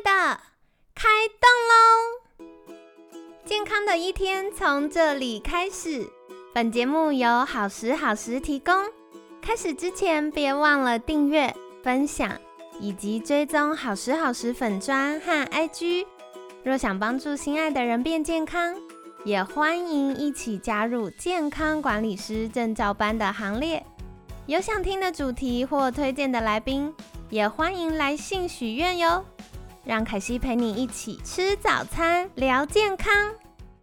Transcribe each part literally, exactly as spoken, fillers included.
的，开动喽！健康的一天从这里开始。本节目由好时好时提供。开始之前，别忘了订阅、分享以及追踪好时好时粉专和 I G。若想帮助心爱的人变健康，也欢迎一起加入健康管理师证照班的行列。有想听的主题或推荐的来宾，也欢迎来信许愿哟。让凯西陪你一起吃早餐，聊健康。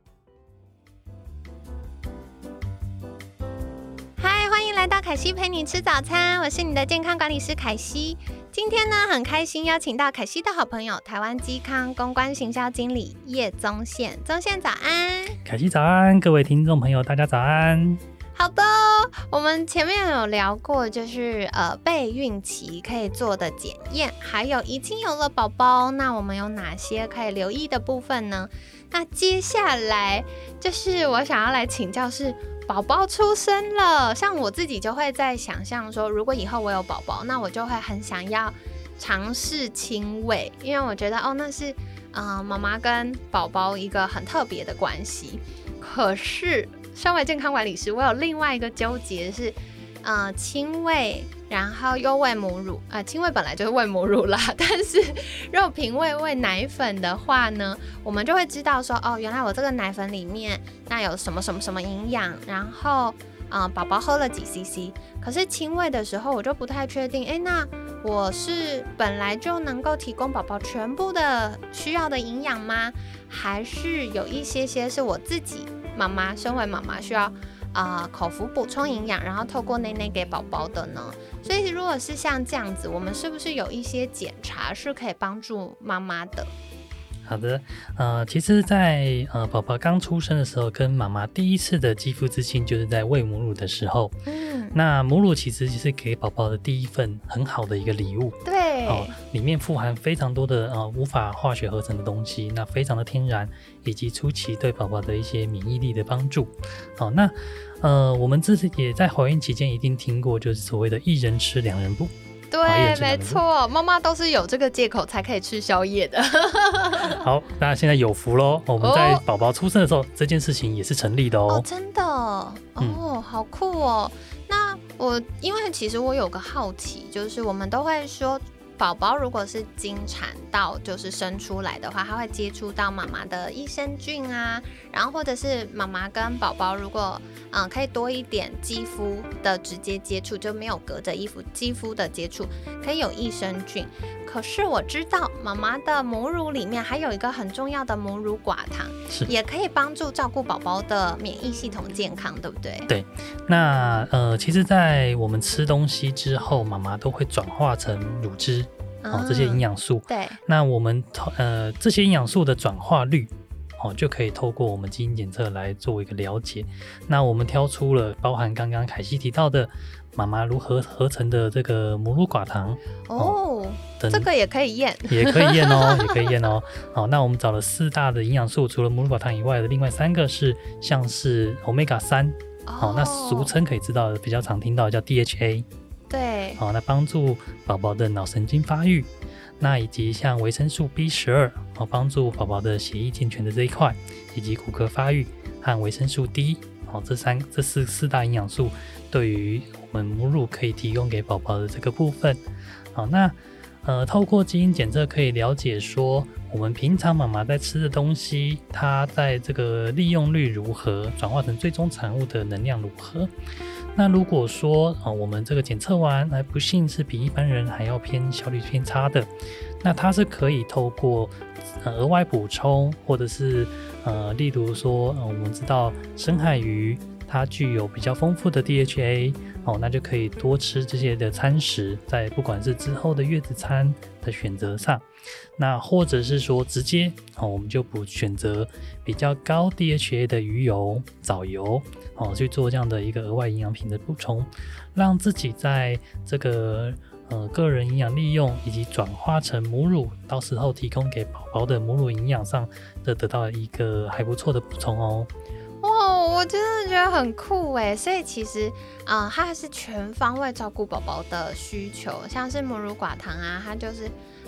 嗨，欢迎来到凯西陪你吃早餐，我是你的健康管理师凯西。今天呢，很开心邀请到凯西的好朋友，台湾基康公关行销经理叶宗宪。宗宪早安。 凯西早安，各位听众朋友大家早安。 好的，我们前面有聊过，就是呃备孕期可以做的检验，还有已经有了宝宝，那我们有哪些可以留意的部分呢？那接下来就是我想要来请教是宝宝出生了，像我自己就会在想象说，如果以后我有宝宝，那我就会很想要尝试亲喂，因为我觉得哦那是呃妈妈跟宝宝一个很特别的关系。可是身为健康管理师，我有另外一个纠结是，呃，亲喂，然后又喂母乳，呃，亲喂本来就是喂母乳啦，但是如果瓶喂喂奶粉的话呢，我们就会知道说，哦，原来我这个奶粉里面那有什么什么什么营养，然后，呃，宝宝喝了几 C C， 可是亲喂的时候我就不太确定，哎，那我是本来就能够提供宝宝全部的需要的营养吗？还是有一些些是我自己妈妈身为妈妈需要、呃、口服补充营养，然后透过内内给宝宝的呢？所以如果是像这样子，我们是不是有一些检查是可以帮助妈妈的？ 好的，呃，其实在呃宝宝刚出生的时候，跟妈妈第一次的肌肤之亲，就是在喂母乳的时候。嗯，那母乳其实是给宝宝的第一份很好的一个礼物。 对， 哦，里面富含非常多的呃无法化学合成的东西，那非常的天然，以及初期对宝宝的一些免疫力的帮助。好，那呃我们自己也在怀孕期间一定听过，就是所谓的一人吃两人补。 对，没错，妈妈都是有这个借口才可以吃宵夜的。 好，那现在有福咯，我们在宝宝出生的时候、哦、这件事情也是成立的哦。 哦，真的哦、嗯，好酷哦。那我因为其实我有个好奇，就是我们都会说，宝宝如果是经产到就是生出来的话，他会接触到妈妈的益生菌啊，然后或者是妈妈跟宝宝如果嗯可以多一点肌肤的直接接触，就没有隔着衣服肌肤的接触，可以有益生菌。可是我知道妈妈的母乳里面还有一个很重要的母乳寡糖，也可以帮助照顾宝宝的免疫系统健康，对不对？ 对，那呃其实在我们吃东西之后，妈妈都会转化成乳汁。哦，这些营养素， 对， 那我们呃这些营养素的转化率，哦，就可以透过我们基因检测来做一个了解。那我们挑出了包含刚刚凯西提到的妈妈如何合成的这个母乳寡糖哦，哦这个也可以验， 也可以验哦，也可以验哦。好，那我们找了四大的营养素，除了母乳寡糖以外的另外三个是像是 欧米伽三，好，那俗称可以知道的比较常听到的叫 D H A。 对， 好，那帮助宝宝的脑神经发育，那以及像维生素 B 十二，好，帮助宝宝的血液健全的这一块，以及骨骼发育和维生素 D， 好，这三这四四大营养素对于我们母乳可以提供给宝宝的这个部分。好，那呃，透过基因检测可以了解说，我们平常妈妈在吃的东西，它在这个利用率如何，转化成最终产物的能量如何。那如果说、哦、我们这个检测完还不幸是比一般人还要偏效率偏差的，那它是可以透过、呃、额外补充，或者是呃，例如说、呃、我们知道深海鱼它具有比较丰富的 D H A，哦，那就可以多吃这些的餐食，在不管是之后的月子餐的选择上，那或者是说直接、哦、我们就补选择比较高 D H A 的鱼油、藻油、哦、去做这样的一个额外营养品的补充，让自己在这个呃个人营养利用以及转化成母乳，到时候提供给宝宝的母乳营养上的得到一个还不错的补充哦。 哇，我真的觉得很酷耶，所以其实啊、呃，它是全方位照顾宝宝的需求，像是母乳寡糖啊，它就是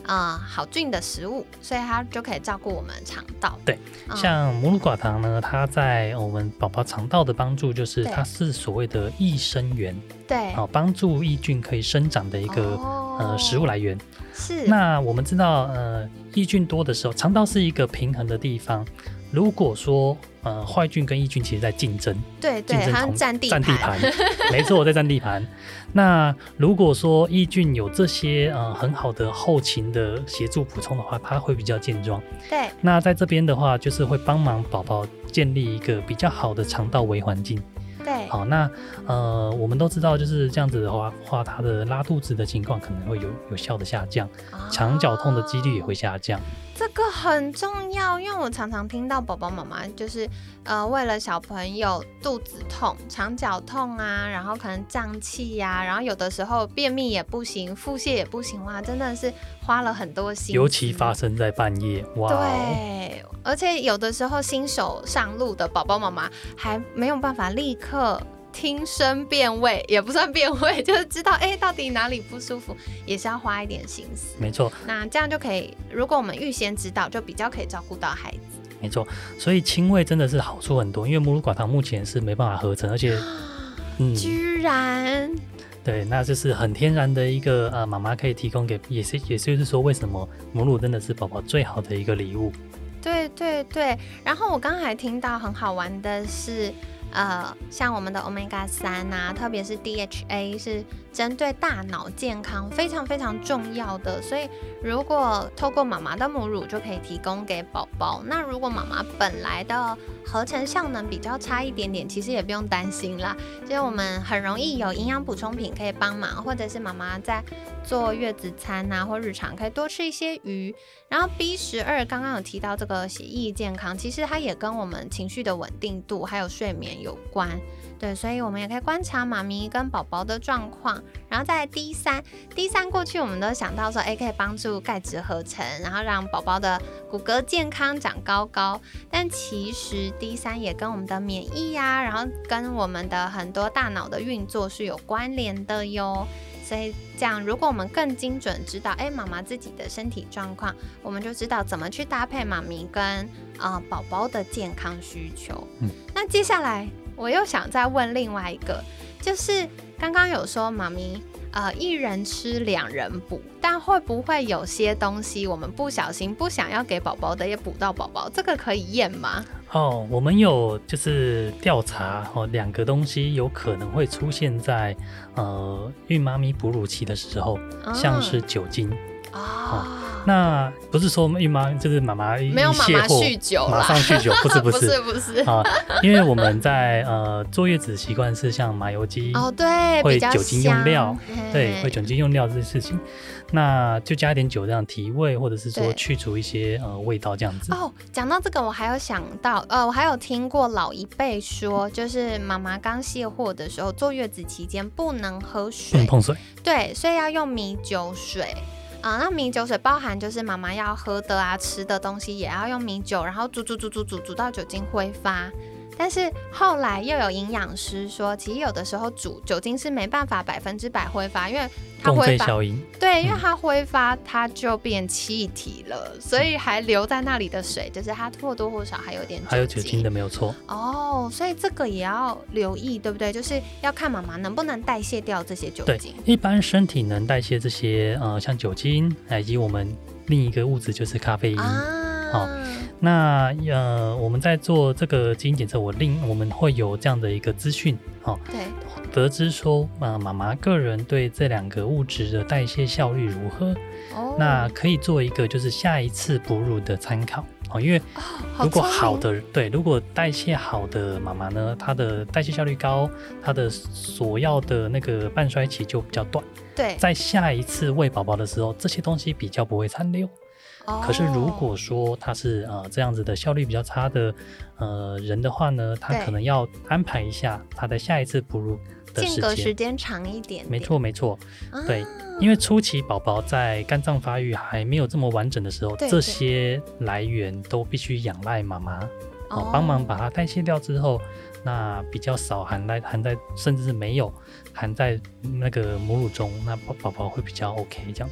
呃好菌的食物，所以它就可以照顾我们肠道。 对，嗯、像母乳寡糖呢，它在我们宝宝肠道的帮助就是它是所谓的益生元， 对， 哦，帮助益菌可以生长的一个、哦、呃食物来源。 是。 那我们知道，呃，益菌多的时候，肠道是一个平衡的地方。如果说呃坏菌跟益菌其实在竞争， 对对， 竞争占地占地盘，没错，在占地盘。那如果说益菌有这些呃很好的后勤的协助补充的话，它会比较健壮。 对。 那在这边的话，就是会帮忙宝宝建立一个比较好的肠道微环境。 对。 好，那呃我们都知道，就是这样子的话，话它的拉肚子的情况可能会有有效的下降，肠绞痛的几率也会下降。 这个很重要，因为我常常听到宝宝妈妈就是呃为了小朋友肚子痛、肠绞痛啊，然后可能胀气呀、啊，然后有的时候便秘也不行，腹泻也不行，哇，真的是花了很多心思。 尤其发生在半夜，哇！ 对，而且有的时候新手上路的宝宝妈妈还没有办法立刻听声辨位，也不算辨位，就是知道哎到底哪里不舒服，也是要花一点心思。 没错， 那这样就可以，如果我们预先知道，就比较可以照顾到孩子。 没错，所以亲喂真的是好处很多，因为母乳寡糖目前是没办法合成，而且， 嗯，居然。 对，那就是很天然的一个呃，妈妈可以提供给，也是也就是说，为什么母乳真的是宝宝最好的一个礼物。 对对对，然后我刚才听到很好玩的是。呃，像我们的 欧米伽三 啊，特别是 D H A 是针对大脑健康非常非常重要的，所以如果透过妈妈的母乳就可以提供给宝宝。那如果妈妈本来的合成效能比较差一点点，其实也不用担心啦，就是我们很容易有营养补充品可以帮忙，或者是妈妈在做月子餐啊或日常可以多吃一些鱼。然后 B 十二 刚刚有提到这个血液健康，其实它也跟我们情绪的稳定度还有睡眠有关，对，所以我们也可以观察妈咪跟宝宝的状况。然后再来 D 三 D 三 过去我们都想到说，哎，可以帮助钙质合成，然后让宝宝的骨骼健康长高高，但其实 D 三 也跟我们的免疫啊，然后跟我们的很多大脑的运作是有关联的哟。所以这样，如果我们更精准知道，哎，妈妈自己的身体状况，我们就知道怎么去搭配妈咪跟呃宝宝的健康需求。嗯，那接下来我又想再问另外一个，就是刚刚有说妈咪呃一人吃两人补，但会不会有些东西我们不小心不想要给宝宝的也补到宝宝，这个可以验吗？ 哦，我们有就是调查哦，两个东西有可能会出现在呃孕妈咪哺乳期的时候，哦、像是酒精啊、哦。那不是说孕妈就是妈妈一没有妈妈酗酒马上酗酒，不是不是不是不是啊，因为我们在呃坐月子习惯是像麻油鸡哦，对， 会酒精用料，对，会酒精用料这些事情，那就加一点酒这样提味，或者是说去除一些呃味道这样子。 哦，讲到这个，我还有想到，呃，我还有听过老一辈说，就是妈妈刚卸货的时候，坐月子期间不能喝水， 不能碰水， 对，所以要用米酒水。啊、呃，那米酒水包含就是妈妈要喝的啊、吃的东西也要用米酒，然后煮煮煮煮煮煮到酒精挥发。但是后来又有营养师说，其实有的时候煮酒精是没办法百分之百挥发，因为它挥发， 效应， 对，因为它挥发它就变气体了，嗯、所以还留在那里的水，就是它或多或少还有点酒精， 还有酒精的没有错。 哦，所以这个也要留意，对不对？就是要看妈妈能不能代谢掉这些酒精。 对，一般身体能代谢这些呃，像酒精以及我们另一个物质就是咖啡因。啊哦，那呃，我们在做这个基因检测，我另我们会有这样的一个资讯，哦， 对， 得知说，呃，妈妈个人对这两个物质的代谢效率如何，哦，那可以做一个就是下一次哺乳的参考，哦，因为如果好的，哦、对，如果代谢好的妈妈呢，她的代谢效率高，她的所要的那个半衰期就比较短， 对， 在下一次喂宝宝的时候，这些东西比较不会残留。可是如果说他是呃这样子的效率比较差的呃人的话呢，他可能要安排一下他在下一次哺乳的时间， 间隔时间长一点点。 没错没错，啊、对，因为初期宝宝在肝脏发育还没有这么完整的时候，这些来源都必须仰赖妈妈哦帮忙把它代谢掉之后，那比较少含在含在甚至是没有含在那个母乳中，那宝宝会比较 OK 这样子。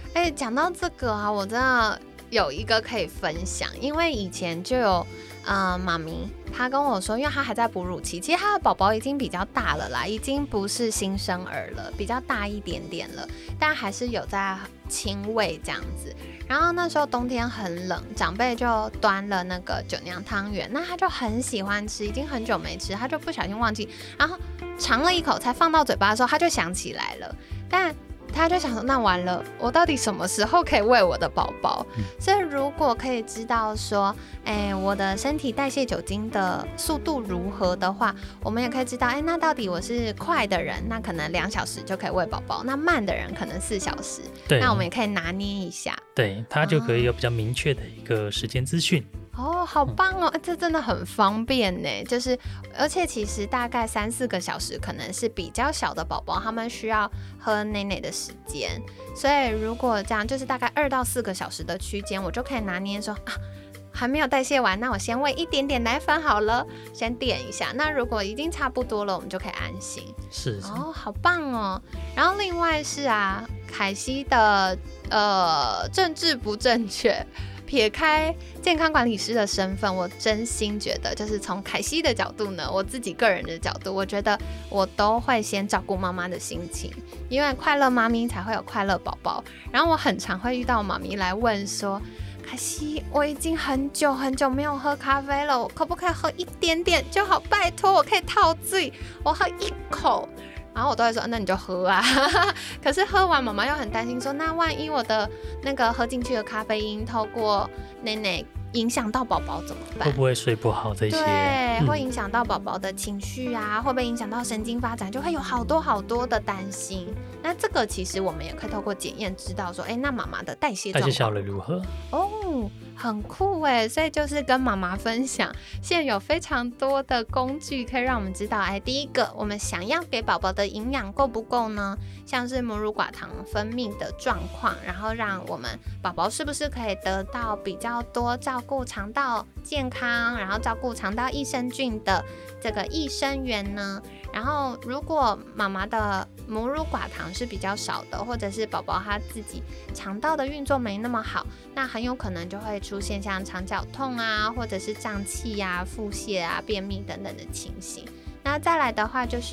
哎、欸，讲到这个啊，我真的有一个可以分享，因为以前就有呃妈咪她跟我说，因为她还在哺乳期，其实她的宝宝已经比较大了啦，已经不是新生儿了，比较大一点点了，但还是有在亲喂这样子。然后那时候冬天很冷，长辈就端了那个酒酿汤圆，那他就很喜欢吃，已经很久没吃，他就不小心忘记，然后尝了一口才放到嘴巴的时候，他就想起来了，但他就想说，那完了，我到底什么时候可以喂我的宝宝？嗯、所以如果可以知道说，哎，我的身体代谢酒精的速度如何的话，我们也可以知道，哎，那到底我是快的人，那可能两小时就可以喂宝宝；那慢的人可能四小时。对，那我们也可以拿捏一下。 对，他就可以有比较明确的一个时间资讯。 哦，好棒哦、嗯！这真的很方便呢，就是而且其实大概三四个小时可能是比较小的宝宝，他们需要喝奶奶的时间，所以如果这样就是大概二到四个小时的区间，我就可以拿捏说啊，还没有代谢完，那我先喂一点点奶粉好了，先垫一下。那如果已经差不多了，我们就可以安心。 是, 是哦，好棒哦！然后另外是啊，凯西的呃政治不正确。撇开健康管理师的身份，我真心觉得，就是从凯西的角度呢，我自己个人的角度，我觉得我都会先照顾妈妈的心情，因为快乐妈咪才会有快乐宝宝。然后我很常会遇到妈咪来问说，凯西，我已经很久很久没有喝咖啡了，我可不可以喝一点点就好？拜托，我可以套醉，我喝一口。然后我都会说，那你就喝啊。可是喝完，妈妈又很担心说，那万一我的那个喝进去的咖啡因透过奶奶影响到宝宝怎么办？ 会不会睡不好这些？ 对，嗯、会影响到宝宝的情绪啊，会不会影响到神经发展？就会有好多好多的担心。那这个其实我们也可以透过检验知道说，哎，那妈妈的代谢状况代谢效率如何？ 哦，很酷哎！所以就是跟妈妈分享，现在有非常多的工具可以让我们知道，哎，第一个，我们想要给宝宝的营养够不够呢？像是母乳寡糖分泌的状况，然后让我们宝宝是不是可以得到比较多照顾肠道健康，然后照顾肠道益生菌的这个益生元呢？然后如果妈妈的母乳寡糖是比较少的，或者是宝宝他自己肠道的运作没那么好，那很有可能就会出现像肠绞痛啊，或者是胀气啊、腹泻啊、便秘等等的情形。那再来的话就是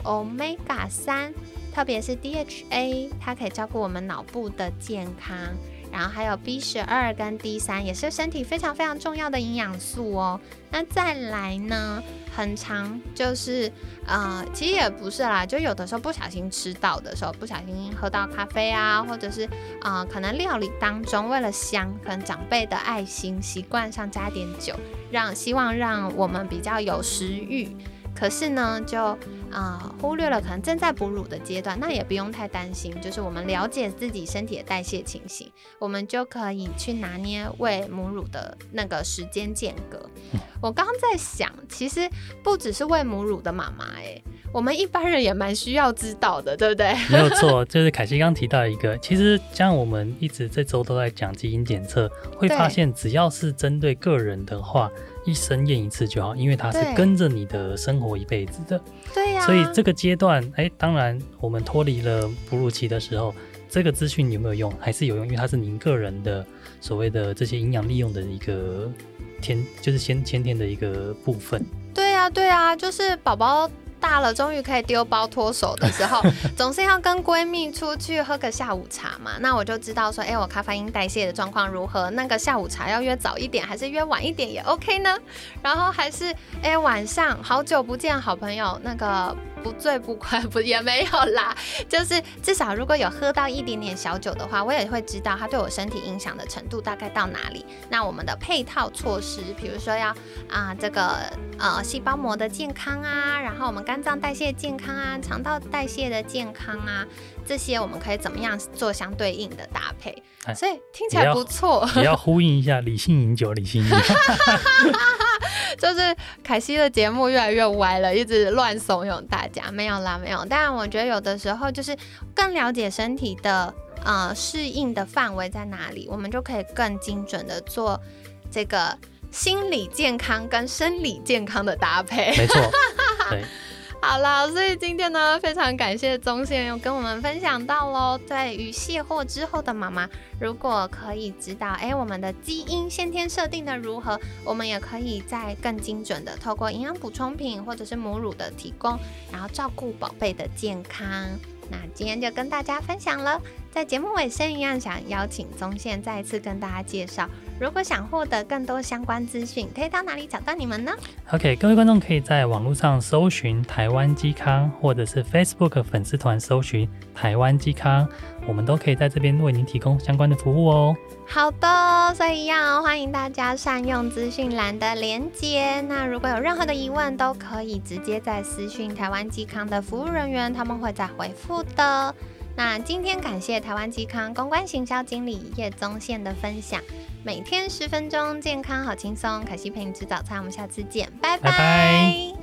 Omega 三，特别是 D H A， 它可以照顾我们脑部的健康。然后还有 B 十二 跟 D 三 也是身体非常非常重要的营养素哦。那再来呢，很常就是呃，其实也不是啦，就有的时候不小心吃到的时候，不小心喝到咖啡啊，或者是呃，可能料理当中为了香，可能长辈的爱心习惯上加点酒，让希望让我们比较有食欲。可是呢，就呃忽略了可能正在哺乳的阶段，那也不用太担心，就是我们了解自己身体的代谢情形，我们就可以去拿捏喂母乳的那个时间间隔。我刚刚在想，其实不只是喂母乳的妈妈，哎，我们一般人也蛮需要知道的，对不对？ 没有错，就是凯西刚提到一个，其实像我们一直这周都在讲基因检测，会发现只要是针对个人的话，一生验一次就好，因为它是跟着你的生活一辈子的。 对呀、啊。 所以这个阶段，哎，当然我们脱离了哺乳期的时候，这个资讯有没有用？还是有用，因为它是您个人的所谓的这些营养利用的一个天，就是先先天的一个部分。 对啊，对啊，就是宝宝大了，终于可以丢包脱手的时候，总是要跟闺蜜出去喝个下午茶嘛。那我就知道说，哎，我咖啡因代谢的状况如何？那个下午茶要约早一点，还是约晚一点也 OK 呢？然后还是，哎，晚上好久不见好朋友，那个不醉不归不也没有啦，就是至少如果有喝到一点点小酒的话，我也会知道它对我身体影响的程度大概到哪里。那我们的配套措施，比如说要啊、呃、这个呃细胞膜的健康啊，然后我们肝脏代谢健康啊，肠道代谢的健康啊，这些我们可以怎么样做相对应的搭配？所以听起来不错。 也要呼应一下理性饮酒，理性饮酒。 就是凯西的节目越来越歪了，一直乱怂恿大家，没有啦，没有。但我觉得有的时候就是更了解身体的呃适应的范围在哪里，我们就可以更精准的做这个心理健康跟生理健康的搭配。 没错，对。 好好啦，所以今天呢，非常感谢宗宪有跟我们分享到咯，对于卸货之后的妈妈，如果可以知道哎，我们的基因先天设定的如何，我们也可以再更精准的透过营养补充品或者是母乳的提供，然后照顾宝贝的健康。那今天就跟大家分享了，在节目尾声一样想邀请宗宪再一次跟大家介绍，如果想获得更多相关资讯，可以到哪里找到你们呢？ OK， 各位观众可以在网络上搜寻台湾基康，或者是 Facebook 粉丝团搜寻台湾基康，我们都可以在这边为您提供相关的服务哦。 好的，所以一样欢迎大家善用资讯栏的连结。那如果有任何的疑问，都可以直接在私讯台湾基康的服务人员，他们会再回复的。那今天感谢台湾基康公关行销经理叶宗宪的分享，每天十分钟，健康好轻松，凯西陪你吃早餐，我们下次见，拜拜。 拜拜。